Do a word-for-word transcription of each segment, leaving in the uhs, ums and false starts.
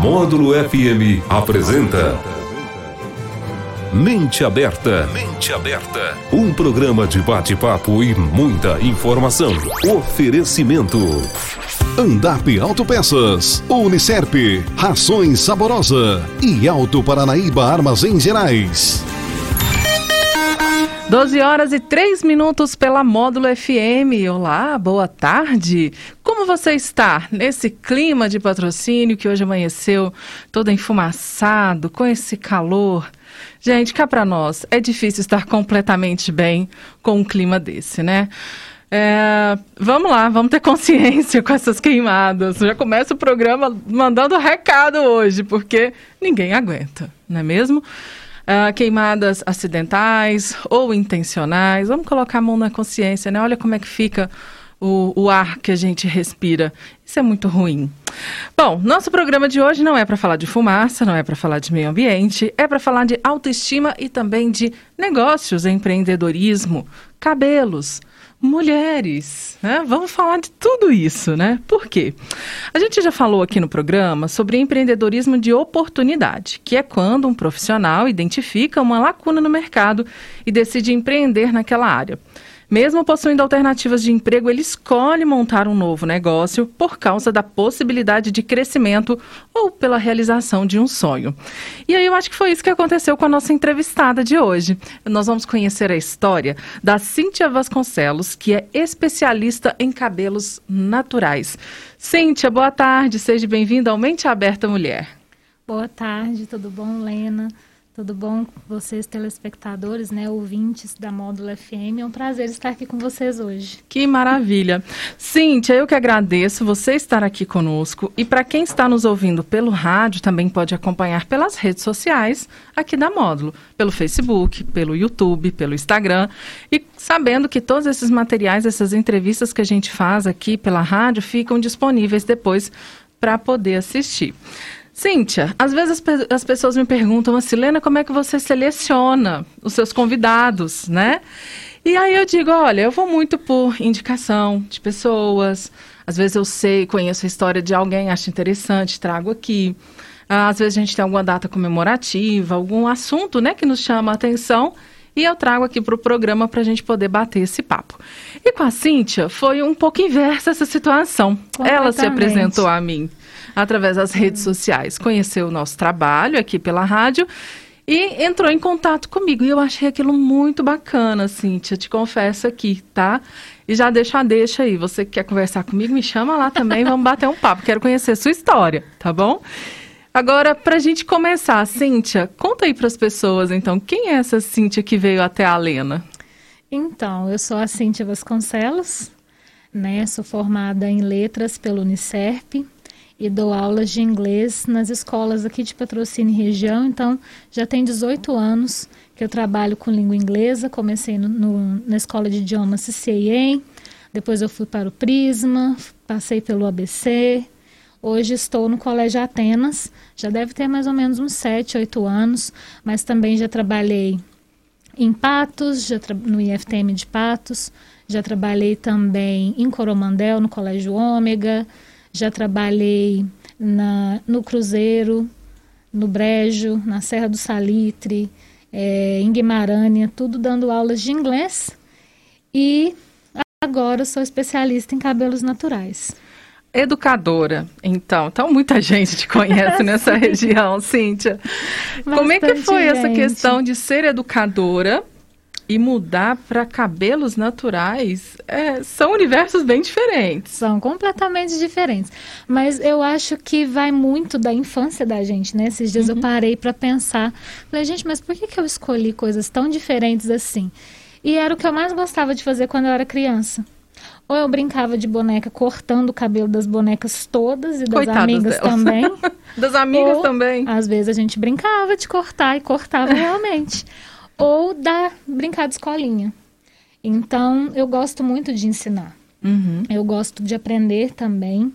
Módulo F M apresenta Mente Aberta. Mente Aberta. Um programa de bate-papo e muita informação. Oferecimento Andap Autopeças, Unicerp, Rações Saborosa e Alto Paranaíba Armazéns Gerais. doze horas e três minutos pela Módulo F M. Olá, boa tarde. Como você está nesse clima de patrocínio que hoje amanheceu todo enfumaçado, com esse calor? Gente, cá para nós, é difícil estar completamente bem com um clima desse, né? É, vamos lá, vamos ter consciência com essas queimadas. Já começa o programa mandando recado hoje, porque ninguém aguenta, não é mesmo? Uh, queimadas acidentais ou intencionais, vamos colocar a mão na consciência, né? Olha como é que fica o, o ar que a gente respira. Isso é muito ruim. Bom, nosso programa de hoje não é para falar de fumaça, não é para falar de meio ambiente, é para falar de autoestima e também de negócios, empreendedorismo, cabelos, mulheres, né? Vamos falar de tudo isso, né? Por quê? A gente já falou aqui no programa sobre empreendedorismo de oportunidade, que é quando um profissional identifica uma lacuna no mercado e decide empreender naquela área. Mesmo possuindo alternativas de emprego, ele escolhe montar um novo negócio por causa da possibilidade de crescimento ou pela realização de um sonho. E aí eu acho que foi isso que aconteceu com a nossa entrevistada de hoje. Nós vamos conhecer a história da Cíntia Vasconcelos, que é especialista em cabelos naturais. Cíntia, boa tarde, seja bem-vinda ao Mente Aberta Mulher. Boa tarde, tudo bom, Lena? Tudo bom, vocês telespectadores, né, ouvintes da Módulo F M? É um prazer estar aqui com vocês hoje. Que maravilha. Cíntia, eu que agradeço você estar aqui conosco. E para quem está nos ouvindo pelo rádio, também pode acompanhar pelas redes sociais aqui da Módulo. Pelo Facebook, pelo YouTube, pelo Instagram. E sabendo que todos esses materiais, essas entrevistas que a gente faz aqui pela rádio, ficam disponíveis depois para poder assistir. Cíntia, às vezes as, pe- as pessoas me perguntam assim, Lena, como é que você seleciona os seus convidados, né? E aí eu digo, olha, eu vou muito por indicação de pessoas, às vezes eu sei, conheço a história de alguém, acho interessante, trago aqui. Às vezes a gente tem alguma data comemorativa, algum assunto, né, que nos chama a atenção e eu trago aqui para o programa para a gente poder bater esse papo. E com a Cíntia foi um pouco inversa essa situação. Ela se apresentou a mim através das redes sociais, conheceu o nosso trabalho aqui pela rádio e entrou em contato comigo. E eu achei aquilo muito bacana, Cíntia, te confesso aqui, tá? E já deixa a deixa aí, você que quer conversar comigo, me chama lá também, vamos bater um papo, quero conhecer a sua história, tá bom? Agora, pra gente começar, Cíntia, conta aí pras pessoas, então, quem é essa Cíntia que veio até a Lena? Então, eu sou a Cíntia Vasconcelos, né? Sou formada em letras pelo Unicerp e dou aulas de inglês nas escolas aqui de Patrocínio e região. Então, já tem dezoito anos que eu trabalho com língua inglesa. Comecei no, no, na escola de idiomas C C I A, depois eu fui para o Prisma, passei pelo A B C. Hoje estou no Colégio Atenas, já deve ter mais ou menos uns sete, oito anos, mas também já trabalhei em Patos, já tra- no I F T M de Patos, já trabalhei também em Coromandel, no Colégio Ômega, já trabalhei na, no Cruzeiro, no Brejo, na Serra do Salitre, é, em Guimarães, tudo dando aulas de inglês. E agora sou especialista em cabelos naturais. Educadora, então. Então, muita gente te conhece nessa região, Cíntia. Bastante. Como é que foi gente. essa questão de ser educadora e mudar para cabelos naturais? É, são universos bem diferentes. São completamente diferentes. Mas eu acho que vai muito da infância da gente, né? Esses dias uhum. eu parei para pensar. Falei, gente, mas por que, que eu escolhi coisas tão diferentes assim? E era o que eu mais gostava de fazer quando eu era criança. Ou eu brincava de boneca cortando o cabelo das bonecas todas e das Coitadas amigas delas. também. Das amigas Ou, também. Às vezes a gente brincava de cortar e cortava realmente. Ou da brincar de escolinha. Então, eu gosto muito de ensinar. Uhum. Eu gosto de aprender também.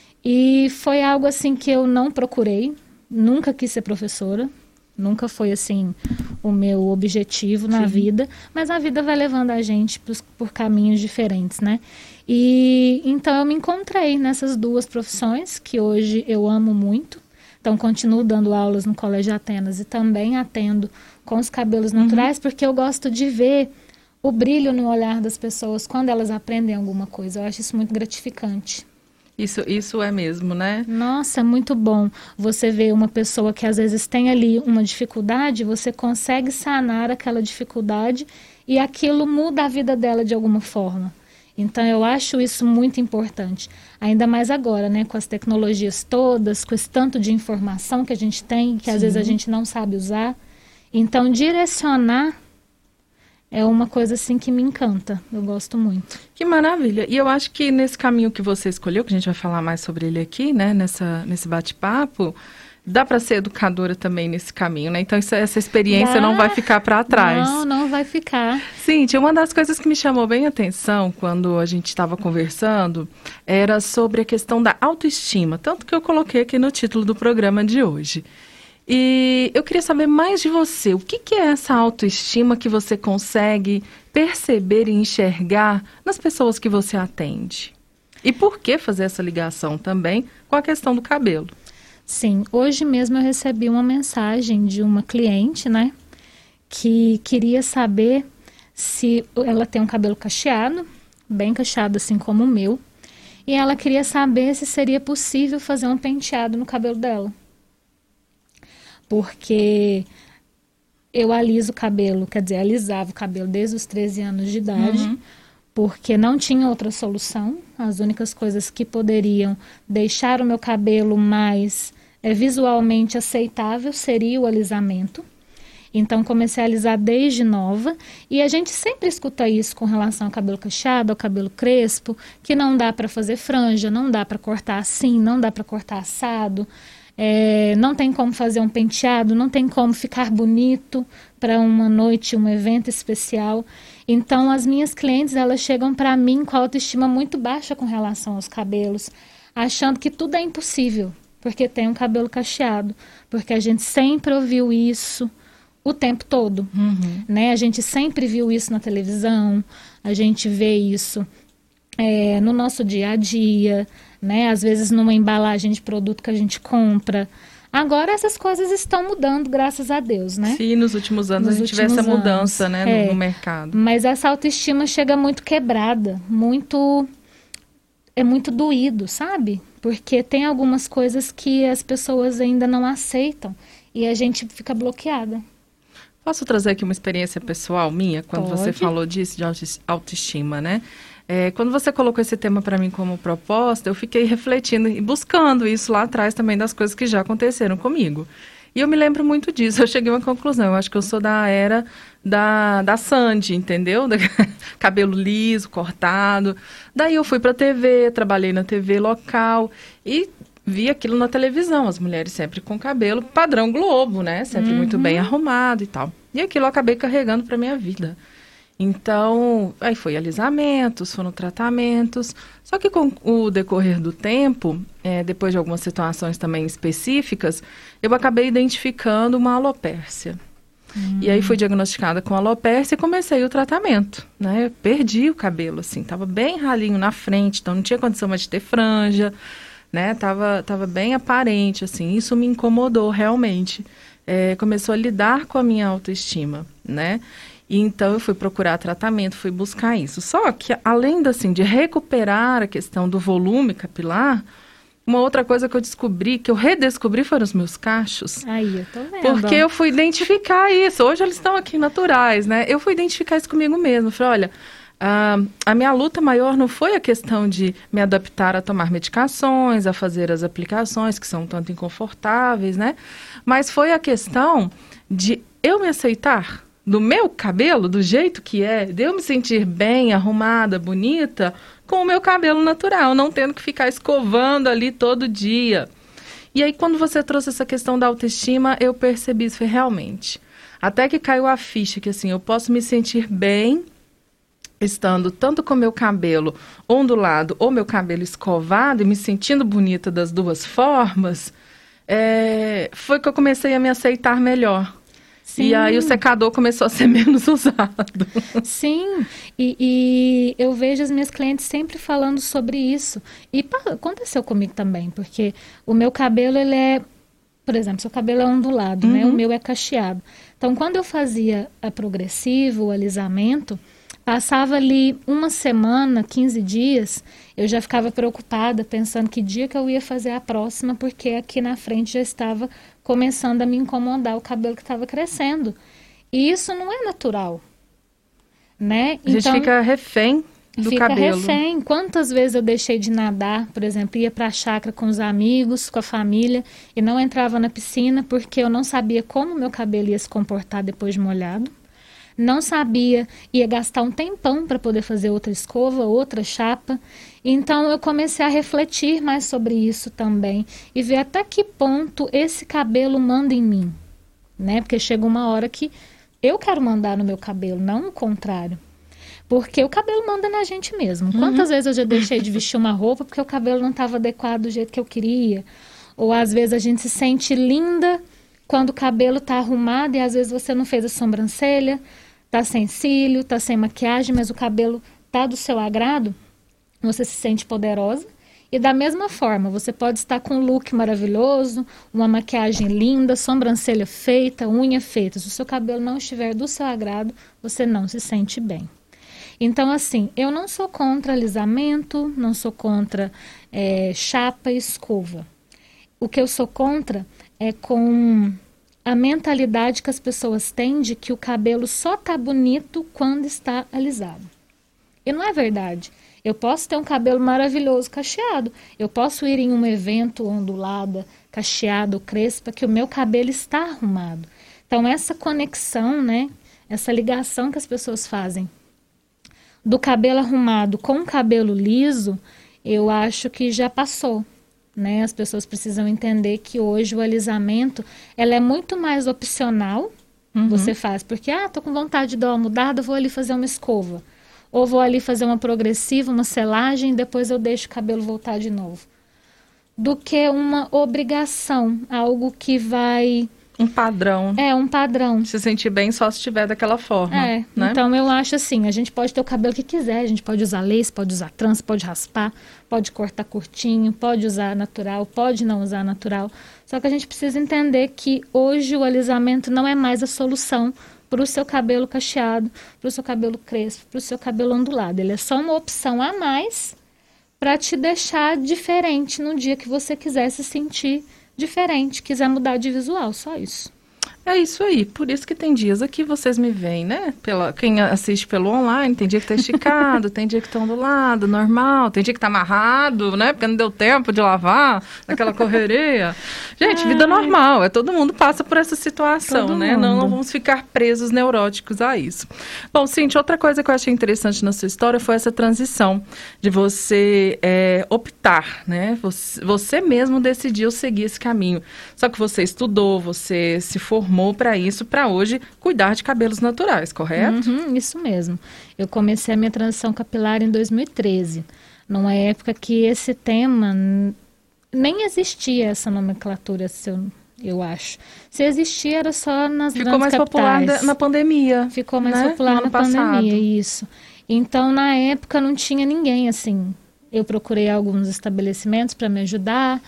E foi algo assim que eu não procurei. Nunca quis ser professora. Nunca foi, assim, o meu objetivo na Sim. vida. Mas a vida vai levando a gente por, por caminhos diferentes, né? E então eu me encontrei nessas duas profissões, que hoje eu amo muito. Então, continuo dando aulas no Colégio Atenas e também atendo com os cabelos naturais, uhum. porque eu gosto de ver o brilho no olhar das pessoas quando elas aprendem alguma coisa. Eu acho isso muito gratificante. Isso, isso é mesmo, né? Nossa, é muito bom. Você vê uma pessoa que às vezes tem ali uma dificuldade, você consegue sanar aquela dificuldade e aquilo muda a vida dela de alguma forma. Então, eu acho isso muito importante. Ainda mais agora, né? Com as tecnologias todas, com esse tanto de informação que a gente tem, que Sim. às vezes a gente não sabe usar. Então, direcionar é uma coisa assim que me encanta, eu gosto muito. Que maravilha! E eu acho que nesse caminho que você escolheu, que a gente vai falar mais sobre ele aqui, né, nessa, nesse bate-papo, dá para ser educadora também nesse caminho, né? Então isso, essa experiência dá. Não vai ficar para trás. Não, não vai ficar. Cíntia, uma das coisas que me chamou bem a atenção quando a gente estava conversando era sobre a questão da autoestima, tanto que eu coloquei aqui no título do programa de hoje. E eu queria saber mais de você. O que, que é essa autoestima que você consegue perceber e enxergar nas pessoas que você atende? E por que fazer essa ligação também com a questão do cabelo? Sim, hoje mesmo eu recebi uma mensagem de uma cliente, né? Que queria saber se ela tem um cabelo cacheado, bem cacheado assim como o meu. E ela queria saber se seria possível fazer um penteado no cabelo dela. Porque eu aliso o cabelo, quer dizer, alisava o cabelo desde os treze anos de idade, uhum. porque não tinha outra solução. As únicas coisas que poderiam deixar o meu cabelo mais é, visualmente aceitável seria o alisamento. Então, comecei a alisar desde nova, e a gente sempre escuta isso com relação ao cabelo cacheado, ao cabelo crespo, que não dá para fazer franja, não dá para cortar assim, não dá para cortar assado. É, não tem como fazer um penteado, não tem como ficar bonito para uma noite, um evento especial. Então, as minhas clientes, elas chegam para mim com a autoestima muito baixa com relação aos cabelos, achando que tudo é impossível, porque tem um cabelo cacheado, porque a gente sempre ouviu isso o tempo todo, uhum. né? A gente sempre viu isso na televisão, a gente vê isso é, no nosso dia a dia, né? Às vezes numa embalagem de produto que a gente compra. Agora essas coisas estão mudando, graças a Deus, né? Sim, nos últimos anos nos a gente vê essa mudança, anos, né, é, no, no mercado. Mas essa autoestima chega muito quebrada, muito... é muito doído, sabe? Porque tem algumas coisas que as pessoas ainda não aceitam e a gente fica bloqueada. Posso trazer aqui uma experiência pessoal minha, quando Pode. Você falou disso, de autoestima, né? É, quando você colocou esse tema para mim como proposta, eu fiquei refletindo e buscando isso lá atrás também das coisas que já aconteceram comigo. E eu me lembro muito disso, eu cheguei a uma conclusão, eu acho que eu sou da era da, da Sandy, entendeu? Da, cabelo liso, cortado. Daí eu fui para a T V, trabalhei na T V local e vi aquilo na televisão, as mulheres sempre com cabelo padrão Globo, né? Sempre uhum. muito bem arrumado e tal. E aquilo eu acabei carregando para minha vida. Então, aí foi alisamentos, foram tratamentos, só que com o decorrer do tempo, é, depois de algumas situações também específicas, eu acabei identificando uma alopécia. Hum. E aí fui diagnosticada com alopécia e comecei o tratamento, né? Eu perdi o cabelo, assim, tava bem ralinho na frente, então não tinha condição mais de ter franja, né? Tava, tava bem aparente, assim, isso me incomodou realmente. É, começou a lidar com a minha autoestima, né? E então eu fui procurar tratamento, fui buscar isso. Só que, além assim, de recuperar a questão do volume capilar, uma outra coisa que eu descobri, que eu redescobri, foram os meus cachos. Aí, eu tô vendo. Porque eu fui identificar isso. Hoje eles estão aqui naturais, né? Eu fui identificar isso comigo mesmo. Falei, olha, a, a minha luta maior não foi a questão de me adaptar a tomar medicações, a fazer as aplicações, que são um tanto inconfortáveis, né? Mas foi a questão de eu me aceitar do meu cabelo, do jeito que é, de eu me sentir bem, arrumada, bonita, com o meu cabelo natural, não tendo que ficar escovando ali todo dia. E aí, quando você trouxe essa questão da autoestima, eu percebi isso, foi realmente. Até que caiu a ficha, que assim, eu posso me sentir bem, estando tanto com meu cabelo ondulado ou meu cabelo escovado, e me sentindo bonita das duas formas, é, foi que eu comecei a me aceitar melhor. Sim. E aí o secador começou a ser menos usado. Sim, e, e eu vejo as minhas clientes sempre falando sobre isso. E pá, aconteceu comigo também, porque o meu cabelo, ele é Por exemplo, seu cabelo é ondulado, uhum. né? O meu é cacheado. Então, quando eu fazia a progressiva, o alisamento, passava ali uma semana, quinze dias, eu já ficava preocupada, pensando que dia que eu ia fazer a próxima, porque aqui na frente já estava começando a me incomodar o cabelo que estava crescendo. E isso não é natural, né? A gente então, fica refém do fica cabelo. refém. Quantas vezes eu deixei de nadar, por exemplo, ia para a chácara com os amigos, com a família, e não entrava na piscina porque eu não sabia como meu cabelo ia se comportar depois de molhado. Não sabia, ia gastar um tempão para poder fazer outra escova, outra chapa. Então, eu comecei a refletir mais sobre isso também e ver até que ponto esse cabelo manda em mim, né? Porque chega uma hora que eu quero mandar no meu cabelo, não o contrário. Porque o cabelo manda na gente mesmo. Uhum. Quantas vezes eu já deixei de vestir uma roupa porque o cabelo não estava adequado do jeito que eu queria? Ou às vezes a gente se sente linda quando o cabelo está arrumado e às vezes você não fez a sobrancelha, tá sem cílio, tá sem maquiagem, mas o cabelo tá do seu agrado, você se sente poderosa. E da mesma forma, você pode estar com um look maravilhoso, uma maquiagem linda, sobrancelha feita, unha feita. Se o seu cabelo não estiver do seu agrado, você não se sente bem. Então, assim, eu não sou contra alisamento, não sou contra é, chapa e escova. O que eu sou contra é com a mentalidade que as pessoas têm de que o cabelo só tá bonito quando está alisado. E não é verdade. Eu posso ter um cabelo maravilhoso cacheado. Eu posso ir em um evento ondulada, cacheado, crespa, que o meu cabelo está arrumado. Então, essa conexão, né, essa ligação que as pessoas fazem do cabelo arrumado com o cabelo liso, eu acho que já passou, né? As pessoas precisam entender que hoje o alisamento, ela é muito mais opcional, uhum. Você faz, porque, ah, tô com vontade de dar uma mudada, vou ali fazer uma escova. Ou vou ali fazer uma progressiva, uma selagem, depois eu deixo o cabelo voltar de novo. Do que uma obrigação, algo que vai... Um padrão. É, um padrão. Se sentir bem só se estiver daquela forma. É, né? Então eu acho assim, a gente pode ter o cabelo que quiser, a gente pode usar lace, pode usar trança, pode raspar, pode cortar curtinho, pode usar natural, pode não usar natural. Só que a gente precisa entender que hoje o alisamento não é mais a solução para o seu cabelo cacheado, para o seu cabelo crespo, para o seu cabelo ondulado. Ele é só uma opção a mais para te deixar diferente no dia que você quiser se sentir diferente, quiser mudar de visual, só isso. É isso aí, por isso que tem dias aqui vocês me veem, né? Pela, quem assiste pelo online, tem dia que tá esticado, tem dia que tá ondulado, normal, tem dia que tá amarrado, né? Porque não deu tempo de lavar, naquela correria. Gente, Ai. vida normal, é, todo mundo passa por essa situação, todo né? Não, não vamos ficar presos neuróticos a isso. Bom, Cíntia, outra coisa que eu achei interessante na sua história foi essa transição de você é, optar, né? Você, você mesmo decidiu seguir esse caminho. Só que você estudou, você se formou para isso, para hoje cuidar de cabelos naturais, correto? Uhum, isso mesmo. Eu comecei a minha transição capilar em dois mil e treze, numa época que esse tema nem existia, essa nomenclatura, se eu, eu acho. Se existia, era só nas Ficou grandes mais capitais. popular na pandemia. Ficou mais né? popular na passado. pandemia, isso. Então, na época, não tinha ninguém assim. Eu procurei alguns estabelecimentos para me ajudar.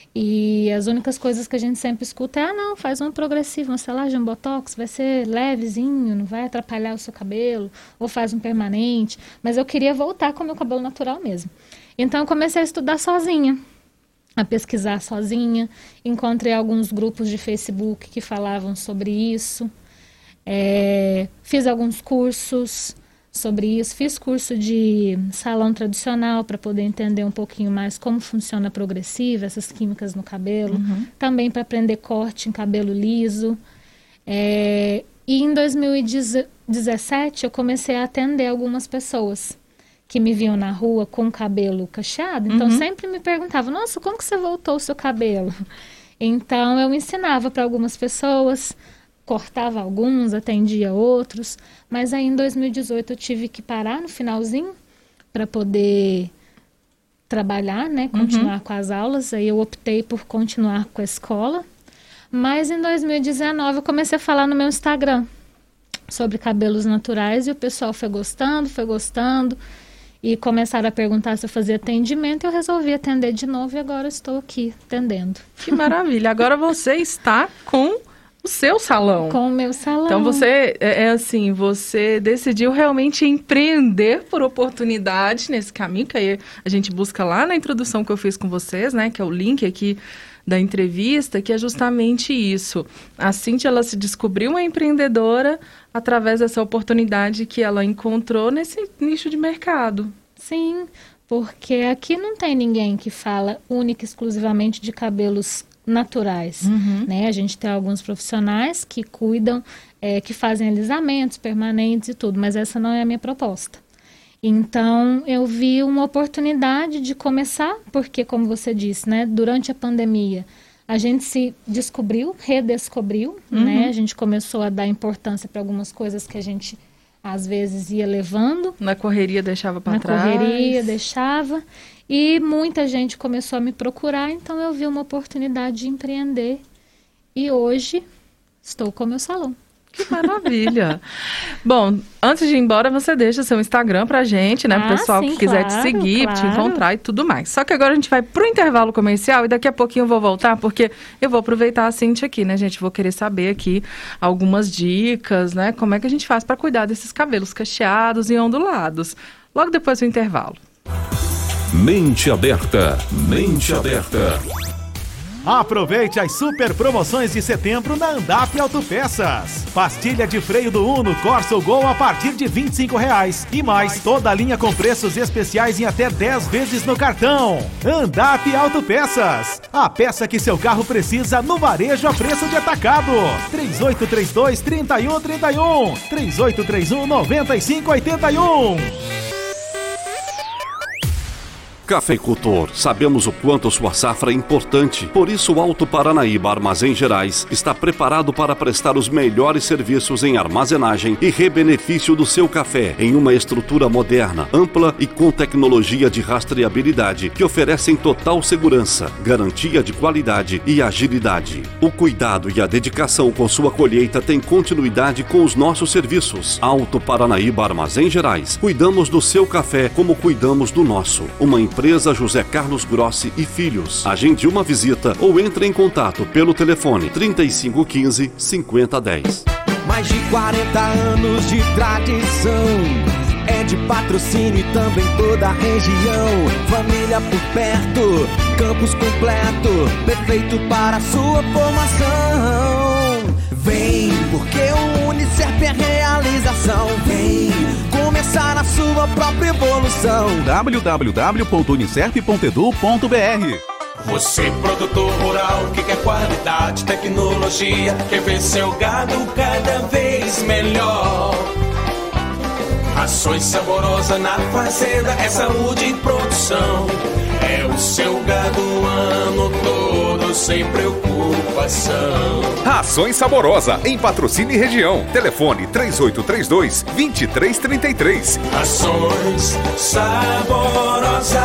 E as únicas coisas que a gente sempre escuta é, ah, não, faz uma progressiva, uma selagem, um botox, vai ser levezinho, não vai atrapalhar o seu cabelo, ou faz um permanente. Mas eu queria voltar com o meu cabelo natural mesmo. Então, eu comecei a estudar sozinha, a pesquisar sozinha. Encontrei alguns grupos de Facebook que falavam sobre isso. É, fiz alguns cursos sobre isso. Fiz curso de salão tradicional para poder entender um pouquinho mais como funciona a progressiva, essas químicas no cabelo. Uhum. Também para aprender corte em cabelo liso. É, e em dois mil e dezessete eu comecei a atender algumas pessoas que me viam na rua com o cabelo cacheado. Então, uhum. sempre me perguntavam, nossa, como que você voltou o seu cabelo? Então, eu ensinava para algumas pessoas, cortava alguns, atendia outros, mas aí em dois mil e dezoito eu tive que parar no finalzinho para poder trabalhar, né, continuar uhum. com as aulas, aí eu optei por continuar com a escola, mas em dois mil e dezenove eu comecei a falar no meu Instagram sobre cabelos naturais e o pessoal foi gostando, foi gostando, e começaram a perguntar se eu fazia atendimento, eu resolvi atender de novo e agora estou aqui atendendo. Que maravilha! Agora você está com o seu salão. Com o meu salão. Então você, é, é assim, você decidiu realmente empreender por oportunidade nesse caminho, que aí a gente busca lá na introdução que eu fiz com vocês, né, que é o link aqui da entrevista, que é justamente isso. A Cíntia, ela se descobriu uma empreendedora através dessa oportunidade que ela encontrou nesse nicho de mercado. Sim, porque aqui não tem ninguém que fala única e exclusivamente de cabelos naturais, uhum. né? A gente tem alguns profissionais que cuidam, é, que fazem alisamentos permanentes e tudo, mas essa não é a minha proposta. Então, eu vi uma oportunidade de começar, porque, como você disse, né, durante a pandemia, a gente se descobriu, redescobriu, uhum. né? A gente começou a dar importância para algumas coisas que a gente, às vezes, ia levando. Na correria deixava para trás. Na correria deixava. E muita gente começou a me procurar, então eu vi uma oportunidade de empreender. E hoje, estou com o meu salão. Que maravilha! Bom, antes de ir embora, você deixa seu Instagram pra gente, né? Ah, Pro pessoal sim, que quiser claro, te seguir, claro. te encontrar e tudo mais. Só que agora a gente vai pro intervalo comercial e daqui a pouquinho eu vou voltar, porque eu vou aproveitar a Cíntia aqui, né, gente? Vou querer saber aqui algumas dicas, né? Como é que a gente faz para cuidar desses cabelos cacheados e ondulados. Logo depois do intervalo. Mente aberta, mente aberta. Aproveite as super promoções de setembro na Andap Autopeças. Pastilha de freio do Uno Corsa Gol a partir de vinte e cinco reais. E mais toda a linha com preços especiais em até dez vezes no cartão. Andap Autopeças. A peça que seu carro precisa no varejo a preço de atacado. três oito três dois, três um três um. três oito três um, nove cinco oito um. Cafeicultor, sabemos o quanto sua safra é importante. Por isso, o Alto Paranaíba Armazém Gerais está preparado para prestar os melhores serviços em armazenagem e rebenefício do seu café em uma estrutura moderna, ampla e com tecnologia de rastreabilidade que oferecem total segurança, garantia de qualidade e agilidade. O cuidado e a dedicação com sua colheita têm continuidade com os nossos serviços. Alto Paranaíba Armazém Gerais. Cuidamos do seu café como cuidamos do nosso. Uma empresa José Carlos Grossi e Filhos. Agende uma visita ou entre em contato pelo telefone trinta e cinco quinze, cinquenta dez. Mais de quarenta anos de tradição, é de Patrocínio e também toda a região. Família por perto, campus completo, perfeito para a sua formação. Vem, porque o Unicef é realização. Vem começar a sua própria evolução. w w w ponto unicef ponto edu ponto b r. Você, produtor rural, que quer qualidade, tecnologia, quer ver seu gado cada vez melhor. Rações Saborosa na fazenda, é saúde e produção. É o seu gado o ano todo, sem preocupação. Rações Saborosa, em Patrocínio e região. Telefone três oito três dois, dois três três três. Rações Saborosa.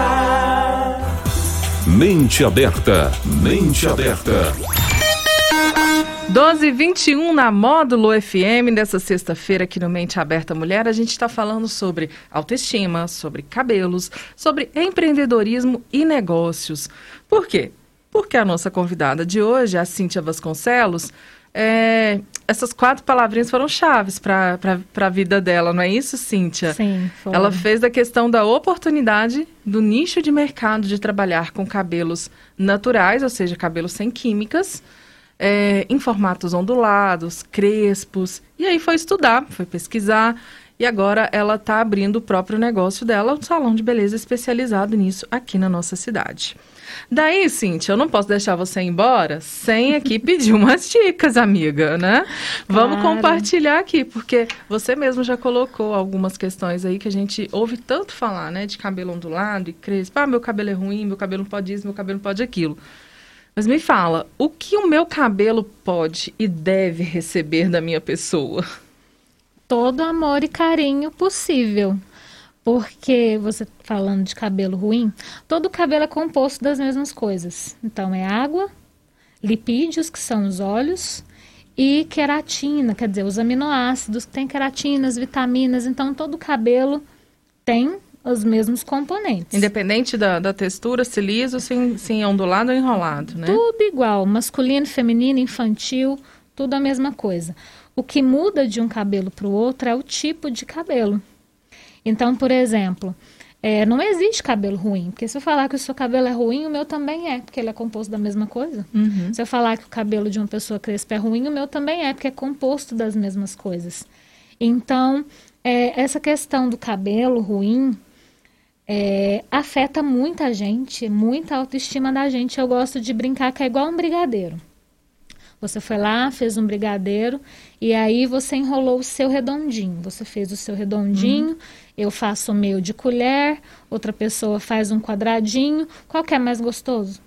Mente aberta, mente aberta. doze e vinte e um na Módulo F M, dessa sexta-feira aqui no Mente Aberta Mulher, a gente está falando sobre autoestima, sobre cabelos, sobre empreendedorismo e negócios. Por quê? Porque a nossa convidada de hoje, a Cíntia Vasconcelos, é, essas quatro palavrinhas foram chaves para a vida dela, não é isso, Cíntia? Sim, foi. Ela fez da questão da oportunidade do nicho de mercado de trabalhar com cabelos naturais, ou seja, cabelos sem químicas, É, em formatos ondulados, crespos, e aí foi estudar, foi pesquisar, e agora ela está abrindo o próprio negócio dela, um salão de beleza especializado nisso aqui na nossa cidade. Daí, Cíntia, eu não posso deixar você ir embora sem aqui pedir umas dicas, amiga, né? Vamos Claro. compartilhar aqui, porque você mesmo já colocou algumas questões aí que a gente ouve tanto falar, né, de cabelo ondulado e crespo. Ah, meu cabelo é ruim, meu cabelo não pode isso, meu cabelo não pode aquilo. Mas me fala, o que o meu cabelo pode e deve receber da minha pessoa? Todo amor e carinho possível. Porque você falando de cabelo ruim, todo cabelo é composto das mesmas coisas. Então é água, lipídios, que são os óleos, e queratina, quer dizer, os aminoácidos, que tem queratina, as vitaminas. Então todo cabelo tem os mesmos componentes. Independente da, da textura, se liso, se, se ondulado ou enrolado, né? Tudo igual, masculino, feminino, infantil, tudo a mesma coisa. O que muda de um cabelo para o outro é o tipo de cabelo. Então, por exemplo, é, não existe cabelo ruim, porque se eu falar que o seu cabelo é ruim, o meu também é, porque ele é composto da mesma coisa. Uhum. Se eu falar que o cabelo de uma pessoa crespa é ruim, o meu também é, porque é composto das mesmas coisas. Então, é, essa questão do cabelo ruim é, afeta muita gente, muita autoestima da gente. Eu gosto de brincar que é igual um brigadeiro. Você foi lá, fez um brigadeiro e aí você enrolou o seu redondinho. Você fez o seu redondinho, uhum. eu faço o meu de colher, outra pessoa faz um quadradinho. Qual que é mais gostoso?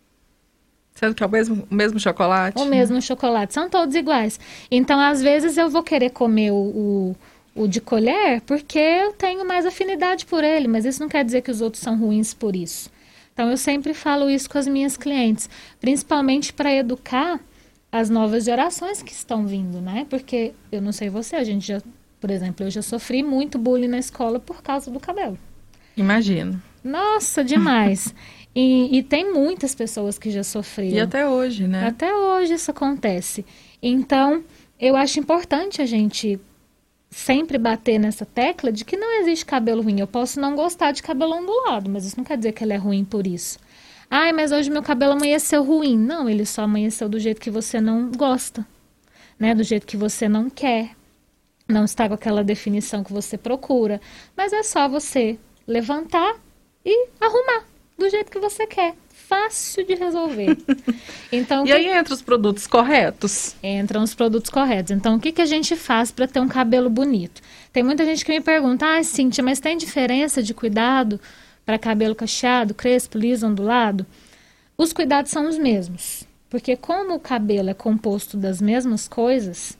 Sendo que é o mesmo, o mesmo chocolate? O mesmo chocolate. São todos iguais. Então, às vezes, eu vou querer comer o, o, o de colher porque eu tenho mais afinidade por ele, mas isso não quer dizer que os outros são ruins por isso. Então, eu sempre falo isso com as minhas clientes, principalmente para educar as novas gerações que estão vindo, né? Porque, eu não sei você, a gente já, por exemplo, eu já sofri muito bullying na escola por causa do cabelo. Imagino. Nossa, demais. e, e tem muitas pessoas que já sofreram. E até hoje, né? Até hoje isso acontece. Então, eu acho importante a gente sempre bater nessa tecla de que não existe cabelo ruim. Eu posso não gostar de cabelo ondulado, mas isso não quer dizer que ele é ruim por isso. Ai, mas hoje meu cabelo amanheceu ruim. Não, ele só amanheceu do jeito que você não gosta, né? Do jeito que você não quer. Não está com aquela definição que você procura. Mas é só você levantar e arrumar do jeito que você quer. Fácil de resolver. Então, e que... aí entra os produtos corretos? Entram os produtos corretos. Então, o que, que a gente faz para ter um cabelo bonito? Tem muita gente que me pergunta, ah, Cíntia, mas tem diferença de cuidado para cabelo cacheado, crespo, liso, ondulado? Os cuidados são os mesmos, porque como o cabelo é composto das mesmas coisas,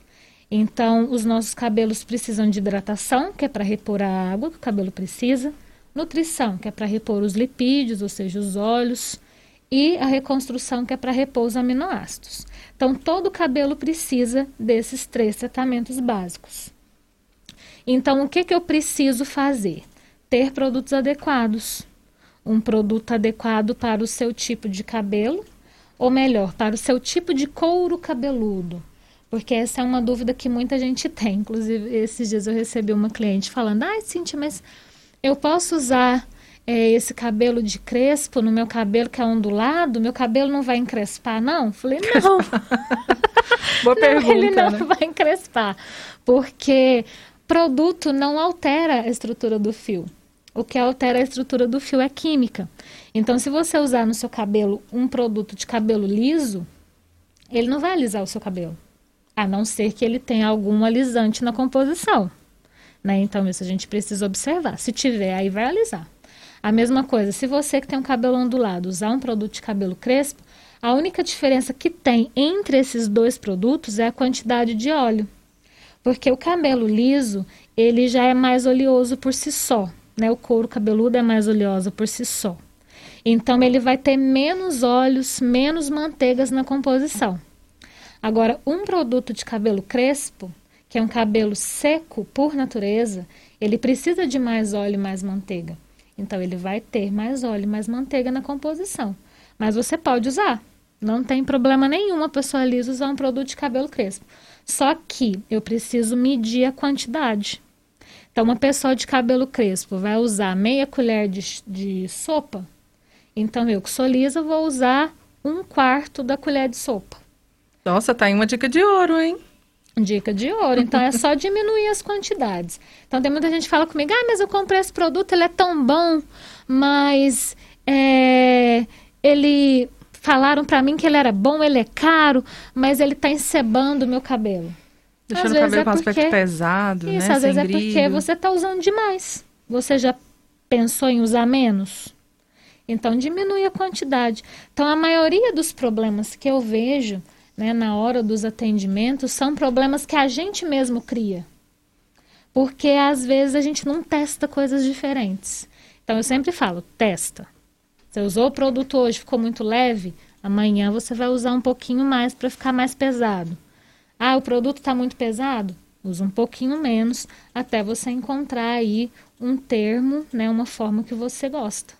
então os nossos cabelos precisam de hidratação, que é para repor a água que o cabelo precisa, nutrição, que é para repor os lipídios, ou seja, os óleos, e a reconstrução, que é para repor os aminoácidos. Então, todo cabelo precisa desses três tratamentos básicos. Então, o que, que eu preciso fazer? Ter produtos adequados. Um produto adequado para o seu tipo de cabelo, ou melhor, para o seu tipo de couro cabeludo. Porque essa é uma dúvida que muita gente tem. Inclusive, esses dias eu recebi uma cliente falando, ai, Cíntia, mas eu posso usar é, esse cabelo de crespo no meu cabelo que é ondulado? Meu cabelo não vai encrespar, não? Falei, não. Boa não, pergunta, ele não né? vai encrespar. Porque produto não altera a estrutura do fio. O que altera a estrutura do fio é química. Então, se você usar no seu cabelo um produto de cabelo liso, ele não vai alisar o seu cabelo. A não ser que ele tenha algum alisante na composição. Né? Então, isso a gente precisa observar. Se tiver, aí vai alisar. A mesma coisa, se você que tem um cabelo ondulado usar um produto de cabelo crespo, a única diferença que tem entre esses dois produtos é a quantidade de óleo. Porque o cabelo liso, ele já é mais oleoso por si só. Né? O couro cabeludo é mais oleoso por si só. Então, ele vai ter menos óleos, menos manteigas na composição. Agora, um produto de cabelo crespo, que é um cabelo seco por natureza, ele precisa de mais óleo e mais manteiga. Então, ele vai ter mais óleo e mais manteiga na composição. Mas você pode usar. Não tem problema nenhum a pessoa lisa usar um produto de cabelo crespo. Só que eu preciso medir a quantidade. Então, uma pessoa de cabelo crespo vai usar meia colher de, de sopa. Então, eu que sou lisa vou usar um quarto da colher de sopa. Nossa, tá aí uma dica de ouro, hein? Dica de ouro. Então, é só diminuir as quantidades. Então, tem muita gente que fala comigo, ah, mas eu comprei esse produto, ele é tão bom, mas é, ele... Falaram pra mim que ele era bom, ele é caro, mas ele tá encebando o meu cabelo. Deixando o cabelo com um aspecto pesado, isso, né? às vezes Sem é porque brilho. você tá usando demais. Você já pensou em usar menos? Então, diminui a quantidade. Então, a maioria dos problemas que eu vejo, né, na hora dos atendimentos são problemas que a gente mesmo cria. Porque, às vezes, a gente não testa coisas diferentes. Então, eu sempre falo, testa. Você usou o produto hoje, ficou muito leve, amanhã você vai usar um pouquinho mais para ficar mais pesado. Ah, o produto está muito pesado? usa um pouquinho menos, até você encontrar aí um termo, né, uma forma que você gosta.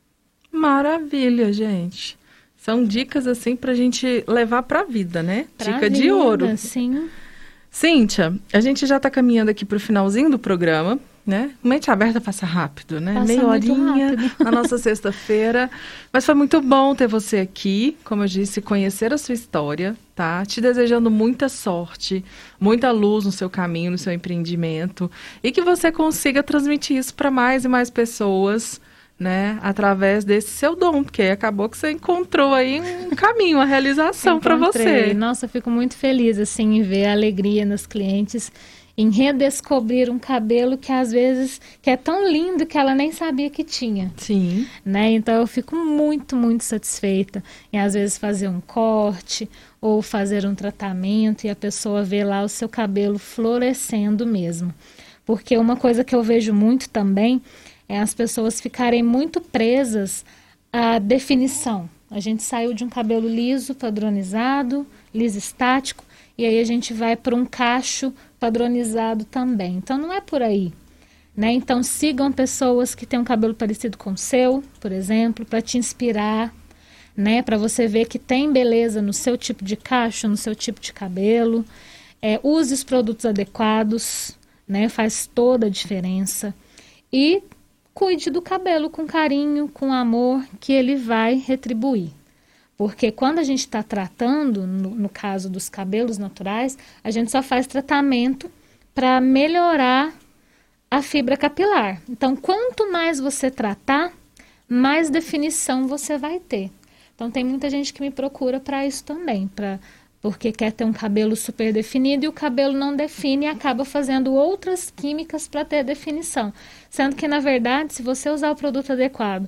Maravilha, gente. São dicas assim pra gente levar pra vida, né? Pra Dica vida, de ouro. Sim. Cíntia, a gente já tá caminhando aqui pro finalzinho do programa, né? Mente aberta passa rápido, né? Passa Meia muito horinha rápido. na nossa sexta-feira. Mas foi muito bom ter você aqui, como eu disse, conhecer a sua história, tá? Te desejando muita sorte, muita luz no seu caminho, no seu empreendimento. E que você consiga transmitir isso para mais e mais pessoas, né? Através desse seu dom, porque acabou que você encontrou aí um caminho, uma realização para você. Nossa, eu fico muito feliz, assim, em ver a alegria nos clientes, em redescobrir um cabelo que às vezes que é tão lindo que ela nem sabia que tinha. Sim. Né? Então eu fico muito, muito satisfeita em às vezes fazer um corte ou fazer um tratamento e a pessoa vê lá o seu cabelo florescendo mesmo. Porque uma coisa que eu vejo muito também é as pessoas ficarem muito presas à definição. A gente saiu de um cabelo liso, padronizado, liso estático, e aí a gente vai para um cacho padronizado também. Então não é por aí, né? Então sigam pessoas que têm um cabelo parecido com o seu, por exemplo, para te inspirar, né? Para você ver que tem beleza no seu tipo de cacho, no seu tipo de cabelo. É, use os produtos adequados, né? Faz toda a diferença. E cuide do cabelo com carinho, com amor, que ele vai retribuir. Porque quando a gente está tratando, no, no caso dos cabelos naturais, a gente só faz tratamento para melhorar a fibra capilar. Então, quanto mais você tratar, mais definição você vai ter. Então, tem muita gente que me procura para isso também, pra, porque quer ter um cabelo super definido e o cabelo não define e acaba fazendo outras químicas para ter definição. Sendo que, na verdade, se você usar o produto adequado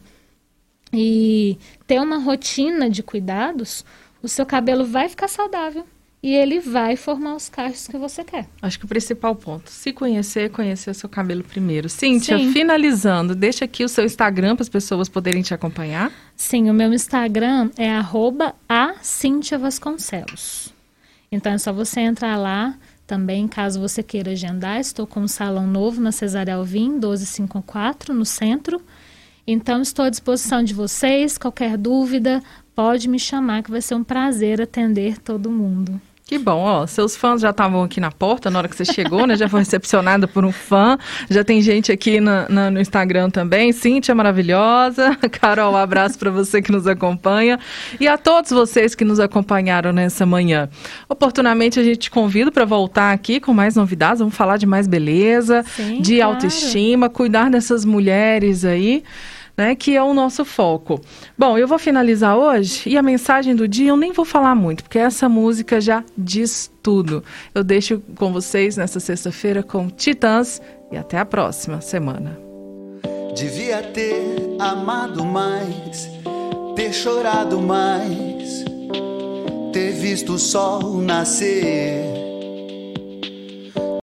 e ter uma rotina de cuidados, o seu cabelo vai ficar saudável e ele vai formar os cachos que você quer. Acho que o principal ponto, se conhecer, conhecer o seu cabelo primeiro. Cíntia, Sim. finalizando, deixa aqui o seu Instagram para as pessoas poderem te acompanhar. Sim, o meu Instagram é arroba a Cíntia Vasconcelos. Então é só você entrar lá. Também, caso você queira agendar, estou com um salão novo na Cesare Alvim, doze cinquenta e quatro, no centro. Então, estou à disposição de vocês. Qualquer dúvida, pode me chamar, que vai ser um prazer atender todo mundo. Que bom, ó, seus fãs já estavam aqui na porta na hora que você chegou, né? Já foi recepcionada por um fã. Já tem gente aqui na, na, no Instagram também. Cíntia maravilhosa. Carol, um abraço para você que nos acompanha. E a todos vocês que nos acompanharam nessa manhã. Oportunamente a gente te convida para voltar aqui com mais novidades. Vamos falar de mais beleza, Sim, de claro. autoestima, cuidar dessas mulheres aí, né, que é o nosso foco. Bom, eu vou finalizar hoje e a mensagem do dia eu nem vou falar muito, porque essa música já diz tudo. Eu deixo com vocês nessa sexta-feira com Titãs e até a próxima semana. Devia ter amado mais, ter chorado mais, ter visto o sol nascer.